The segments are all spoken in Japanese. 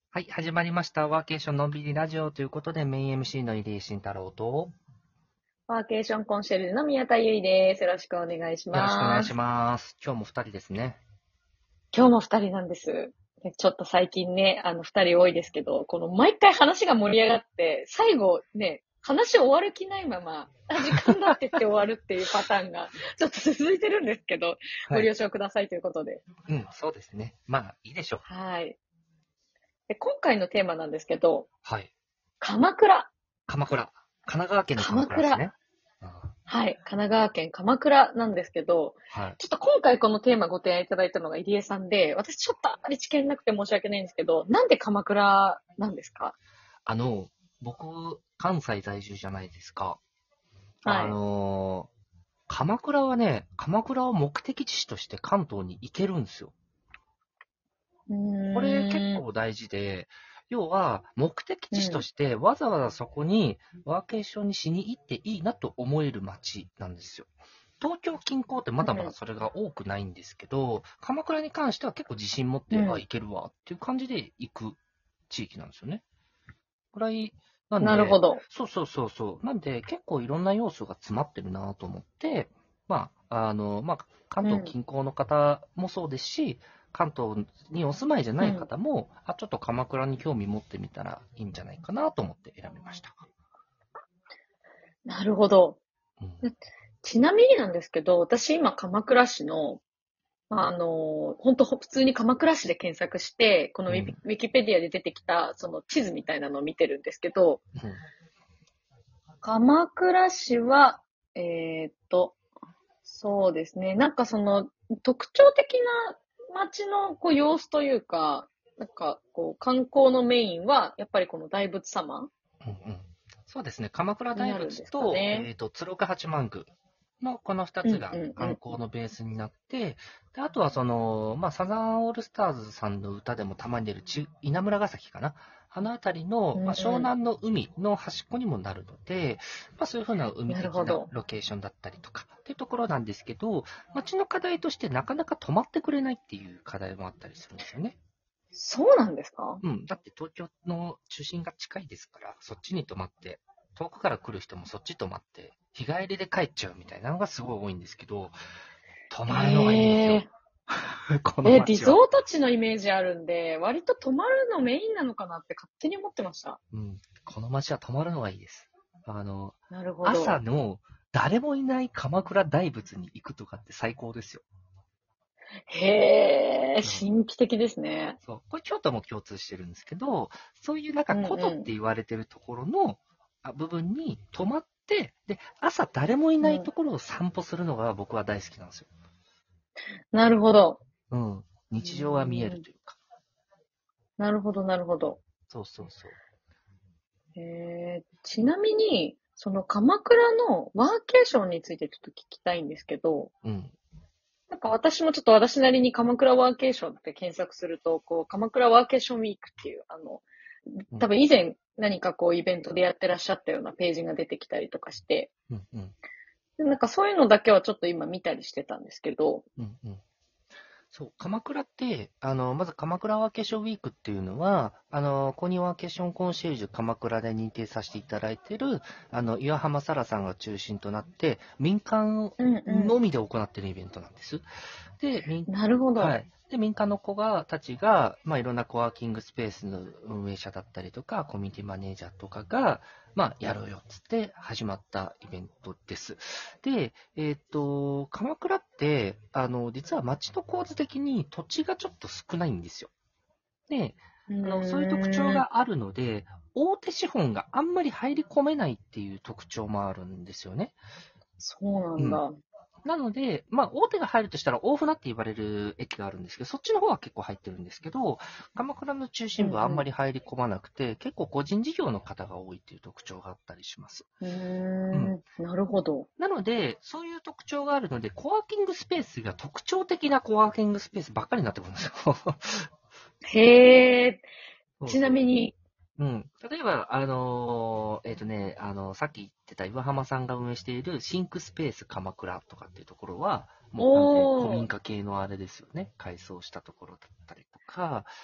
はい、始まりました。ワーケーションのんびりラジオということで、メイン MC の入江慎太郎と、 ワーケーションコンシェルジュの宮田優衣です。よろしくお願いしよろしくお願いします。 ます。今日も2人ですね。 今日も二人なんです。でちょっと最近ね、二人多いですけど、この毎回話が盛り上がって、最後ね、話終わる気ないまま、時間だって言って終わるっていうパターンがちょっと続いてるんですけど、 はい。 ご了承くださいということで。 うん、そうですね。まあ、いいでしょう。 はい。で、今回のテーマなんですけど、 はい。 鎌倉。 鎌倉。神奈川県の鎌鎌倉。 倉ですね。 はい。神奈川県鎌倉なんですけど、 はい。 ちょっと今回このテーマご提案いただいたのが入江さんで、私ちょっとあまり知見なくて申し訳ないんですけど、なんで鎌倉なんですか？ あの、僕、関西在住じゃないですか。あはい。 の、鎌倉はね、鎌倉を目的地として関東に行けるんですよ。 うこれ結ーん。 構大事で、要は目的地とうん。 してわざわざそこにワーケーションにしに行っていいなと思える街なんですよ。東京近郊ってまだまだそれが多くないんですけど、鎌倉に関しては結構自信持って、あ、 うん。 行けるわっていう感じで行く地域なんですよね。ぐらい、なんで、 なるほど。 そう。なんで結構いろんな要素が詰まってるなと思って、関東うん。 近郊の方もそうですし、関東にお住まいじゃないうん。 方も、ちょっと鎌倉に興味持ってみたらいいんじゃないかなと思って選びました。 なるほど。 うん。 ちなみになんですけど、私今鎌倉市の、本当普通に鎌倉市で検索して、このうん。 ウィキペディアで出てきたその地図みたいなのを見てるんですけど、 うん。 鎌倉市は、えーっと、そうですね。なんかその特徴的な街のこう様子というか、なんかこう観光のメインはやっぱりこの大仏様うん。そうですね。鎌倉に大なるんですか仏と、 ね。 鶴岡八幡宮のこの二うんうつが観んうん。 光のベースになって、であとはサザンオールスターズさんの歌でもたまに出る稲村ヶ崎かな。あの辺りの、 うん湘う南の海の端っこにもなるので、そういうふうなん。 海的なるほど。 なロケーションだったりとかっていうところなんですけど、街の課題としてなかなか止まってくれないっていう課題もあったりするんですよね。 そうなんですか？ うん。だって東京の中心が近いですから、そっちに泊まって、遠くから来る人もそっち泊まって、日帰りで帰っちゃうみたいなのがすごい多いんですけど、泊まるのがいいんですよ。 ええこのリ街は。 ゾート地のイメージあるんで、割と泊まるのメインなのかなって勝手に思ってました。 うん。この街は泊まるのがいいです。 なるほど。 朝の誰もいない鎌倉大仏に行くとかって最高ですよ。 へえ、 うん。 神秘的ですね。 そう。これ京都も共通してるんですけど、そういうなんかうん古都ってう言われてるところの部分に泊まって、で、朝誰もいん。うん。 ないところを散歩するのが僕は大好きなんですよ。 なるほど。 うん。 う日常が見えーん。 るというか。 なるほど、なるほど。 そう。 ちなみに、その鎌倉のワーケーションについてちょっと聞きたいんですけど、 うん。 なんか私もちょっと私なりに鎌倉ワーケーションって検索すると、こう、鎌倉ワーケーションウィークっていう、 うん。 多分以前何かこうイベントでやってらっしゃったようなページが出てきたりとかして、 うん。 でなんかそういうのだけはちょっと今見たりしてたんですけど、 うん。そう、鎌倉って、まず鎌倉ワーケーションウィークっていうのは、公認ワーケーションコンシェルジュ鎌倉で認定させていただいている、岩浜沙羅さんが中心となって、民間うんのうみで行っているイベントなんです。で、 ん。なるほど。 はい。で、民間のたちが、いろんなコワーキングスペースの運営者だったりとか、コミュニティマネージャーとかが、やろうよっつって始まったイベントです。で、鎌倉って、実は街の構図的に土地がちょっと少ないんですよ。で、 うそういう特徴ーん。 があるので、大手資本があんまり入り込めないっていう特徴もあるんですよね。 そうなうん。 んだ。 なので、大手が入るとしたら大船って言われる駅があるんですけど、そっちの方は結構入ってるんですけど、鎌倉の中心部はあんまうんり入り込まなくて、結構個人事業の方が多いっていう特徴があったりします。 ううん。 ん。なるほど。 なので、そういう特徴があるので、コワーキングスペースが特徴的なコワーキングスペースばっかりになってくるんですよ。 へえ。ちなそうそみに、 う。うん。例えば、さっき言ってた岩浜さんが運営しているシンクスペース鎌倉とかっていうところは、もう完全に古おー。 民家系のあれですよね。改装したところだったりとか、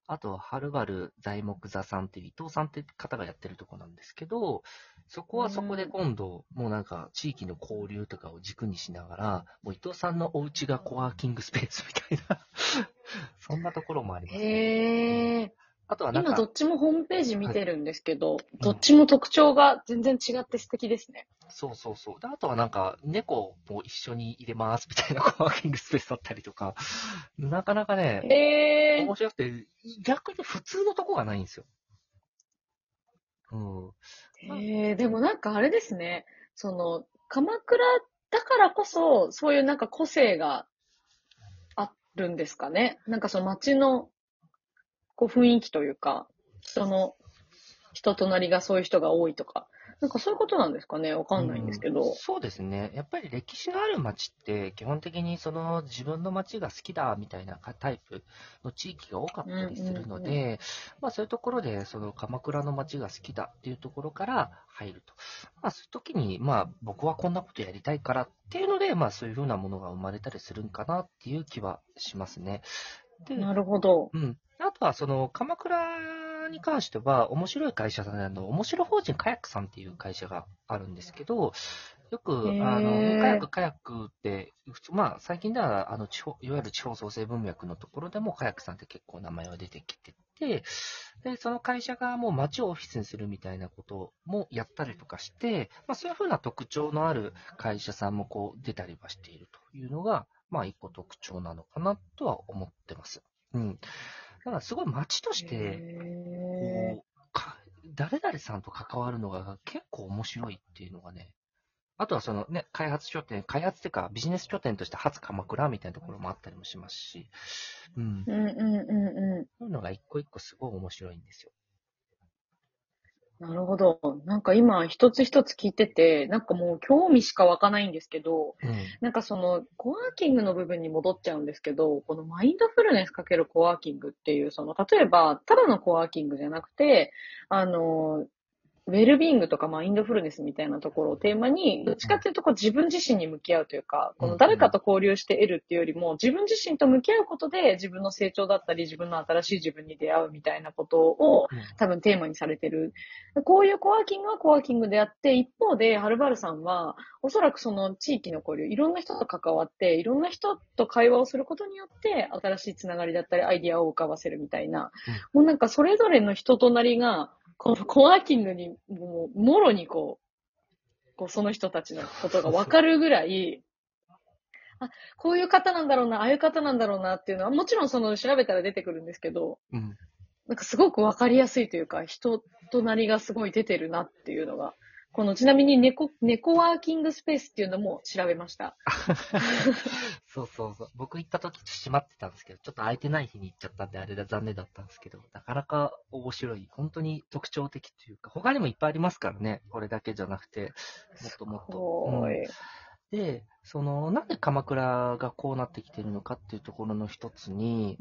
あと、はるばる材木座さんっていう伊藤さんって方がやってるとこなんですけど、そこはそこで今度、もうなんか地域の交流とかを軸にしながら、もう伊藤さんのお家がコワーキングスペースみたいな、そんなところもありますね。 へえ。 あとはなん今どか、 っちもホームページ見はい、 てるんですけど、 うん、 どっちも特徴が全然違って素敵ですね。 そうそうそう。で、あとはなんか、猫も一緒に入れますみたいなコワーキングスペースだったりとか、なかなかね、 へえ。 面白くて、逆に普通のとこがないんですよ。うん。まあ、 へえ、でもなんかあれですね。その、鎌倉だからこそ、そういうなんか個性があるんですかね。なんかその街のこう雰囲気というか、人となりがそういう人が多いとか、なんかそういうことなんですかね。わかんないんですうん、 けど。 そうですね。やっぱり歴史のある街って、基本的にその自分の街が好きだみたいなタイプの地域が多かったりするのうん。 で、まあそういうところで、その鎌倉の街が好きだっていうところから入ると。まあそういう時に、まあ僕はこんなことやりたいからっていうので、まあそういうふうなものが生まれたりするんかなっていう気はしますね。で、 なるほど。 うん。あとは、その、鎌倉に関しては、面白い会社さんで、面白法人カヤックさんっていう会社があるんですけど、よへく、 え。 カヤックって、普通、まあ、最近では、いわゆる地方創生文脈のところでも、カヤックさんって結構名前は出てきてて、で、その会社がもう街をオフィスにするみたいなこともやったりとかして、まあ、そういうふうな特徴のある会社さんもこう出たりはしているというのが、まあ、一個特徴なのかなとは思ってます。うん。だからすごい街としへて、 え。 こう、誰々さんと関わるのが結構面白いっていうのがね、あとはそのね、開発っていうかビジネス拠点として初鎌倉みたいなところもあったりもしますし、うん。 うん。 そういうのが一個一個すごい面白いんですよ。 なるほど。なんか今一つ一つ聞いてて、なんかもう興味しか湧かないんですけど、 うん。 なんかそのコワーキングの部分に戻っちゃうんですけど、このマインドフルネスかけるコワーキングっていう、その例えばただのコワーキングじゃなくて、あの、ウェルビーイングとかマインドフルネスみたいなところをテーマに、どっちうん。 かっていうとこう自分自身に向き合うというか、 うん。 この誰かうん。 と交流して得るっていうよりも、自分自身と向き合うことで自分の成長だったり、自分の新しい自分に出会うみたいなことをうん。 多分テーマにされてる。こういうコワーキングはコワーキングであって、一方で、はるばるさんは、おそらくその地域の交流、いろんな人と関わって、いろんな人と会話をすることによって、新しいつながりだったり、アイディアを浮かばせるみたいな、 うん。 もうなんかそれぞれの人となりが、このコワーキングに、もろにその人たちのことがそうそう。 わかるぐらい、あ、こういう方なんだろうな、ああいう方なんだろうなっていうのは、もちろんその調べたら出てくるんですけど、 うん。 なんかすごくわかりやすいというか、人となりがすごい出てるなっていうのが、ちなみに猫ワーキングスペースっていうのも調べました。 そうそうそう。僕行った時閉まってたんですけど、ちょっと空いてない日に行っちゃったんで、あれだ残念だったんですけど、なかなか面白い。本当に特徴的というか、他にもいっぱいありますからね。これだけじゃなくて、もっすともっと。うん。 ごい。 で、その、なんで鎌倉がこうなってきてるのかっていうところの一つに、 うん。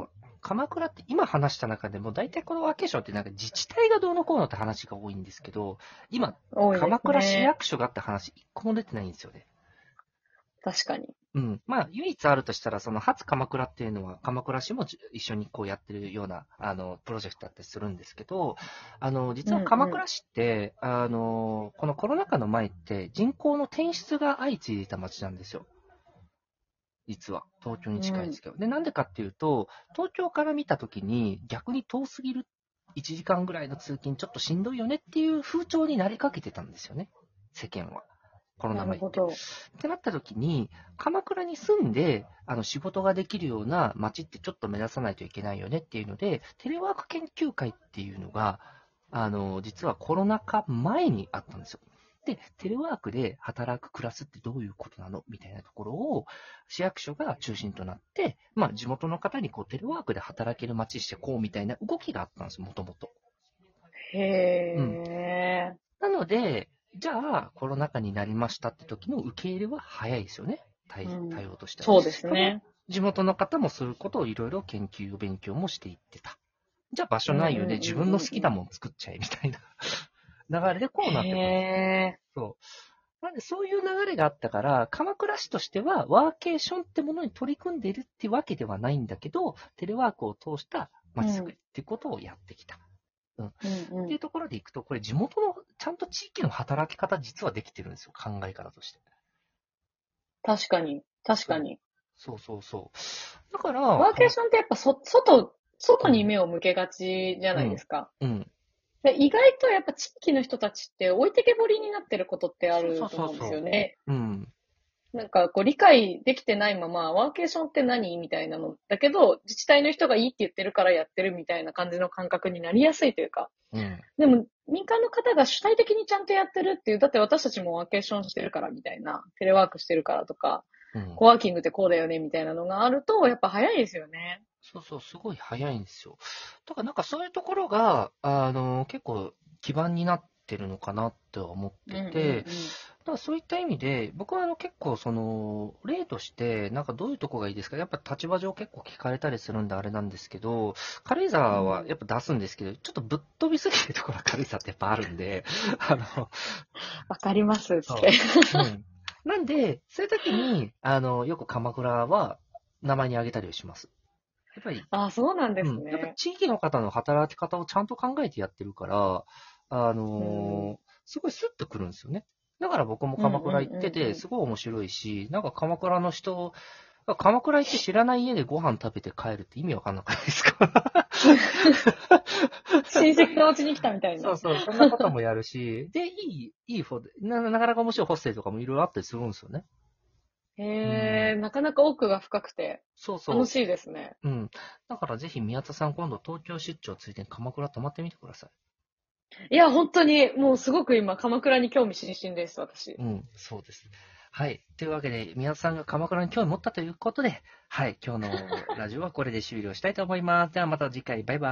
鎌倉って今話した中でも、大体このワーケーションってなんか自治体がどうのこうのって話が多いんですけど、今、 多いで鎌倉市すね。 役所がって話一個も出てないんですよね。 確かに。 うん。まあ、唯一あるとしたら、その、初鎌倉っていうのは、鎌倉市も一緒にこうやってるような、プロジェクトだったりするんですけど、実は鎌倉市って、このコロナ禍の前って、人口の転出が相次いでいた街なんですよ。実は。東京にうん。 近いですけど。で、なんでかっていうと、東京から見たときに、逆に遠すぎる1時間ぐらいの通勤ちょっとしんどいよねっていう風潮になりかけてたんですよね。世間は。コロなナ前って。 るほど。 ってなった時に、鎌倉に住んで、仕事ができるような街ってちょっと目指さないといけないよねっていうので、テレワーク研究会っていうのが、実はコロナ禍前にあったんですよ。で、テレワークで働く、暮らすってどういうことなのみたいなところを、市役所が中心となって、まあ、地元の方にこうテレワークで働ける街してこうみたいな動きがあったんですよ、もともと。 へうん。 え。 なので、じゃあ、コロナ禍になりましたって時の受け入れは早いですよね。 うん。 対応としては。で、 そうでしかも、 すね。 地元の方もそういうことをいろいろ勉強もしていってた。じゃあ場所ないよね。自分の好きなもん作っちゃえ、みたいな流れでこうなってたんですよ。 へえ。 そう。なんで、そういう流れがあったから、鎌倉市としては、ワーケーションってものに取り組んでいるってわけではないんだけど、テレワークを通した街づくりっていうことをやってきた。っていうところでいくと、これ地元の、ちゃんと地域の働き方実はできてるんですよ、考え方として。 確かに。確かに。 そうそうそう。だから、 ワーケーションってやっぱ外に目を向けがちじゃないですか。で意外とやっぱ地域の人たちって置いてけぼりになってることってあると思うんですよね。なんかこう理解できてないまま、ワーケーションって何みたいなの。だけど、自治体の人がいいって言ってるからやってるみたいな感じの感覚になりやすいというか。でも、民間の方が主体的にちゃんとやってるっていう、だって私たちもワーケーションしてるからみたいな、テレワークしてるからとか、コワーキングってこうだよねみたいなのがあると、やっぱ早いですよね。 そうそう、すごい早いんですよ。だからなんかそういうところが、結構基盤になってるのかなって思ってて、だからそういった意味で、僕は結構例として、なんかどういうとこがいいですか、やっぱ立場上結構聞かれたりするんであれなんですけど、軽井沢はやっぱ出すんですけど、ちょっとぶっ飛びすぎるところは軽井沢ってやっぱあるんで、 わかりますって。 なんで、そういう時に、よく鎌倉は名前に挙げたりします。やっぱり、 そうなんですね。 やっぱ地域の方の働き方をちゃんと考えてやってるから、すごいスッとくるんですよね。だから僕も鎌倉行ってて、すごい面白いし、なんか鎌倉の人、鎌倉行って知らない家でご飯食べて帰るって意味わかんなくないですか？ 親戚のお家に来たみたいな。 そうそう、そんなこともやるし、で、いいなかなか面白いホステルとかもいろいろあったりするんですよね。 なかなか奥が深くて、楽しいですね。 だからぜひ宮田さん今度東京出張ついでに鎌倉泊まってみてください。 いや、本当に、もうすごく今、鎌倉に興味津々です、私。 そうです。はい。というわけで、宮田さんが鎌倉に興味持ったということで、はい。今日のラジオはこれで終了したいと思います。ではまた次回、バイバイ。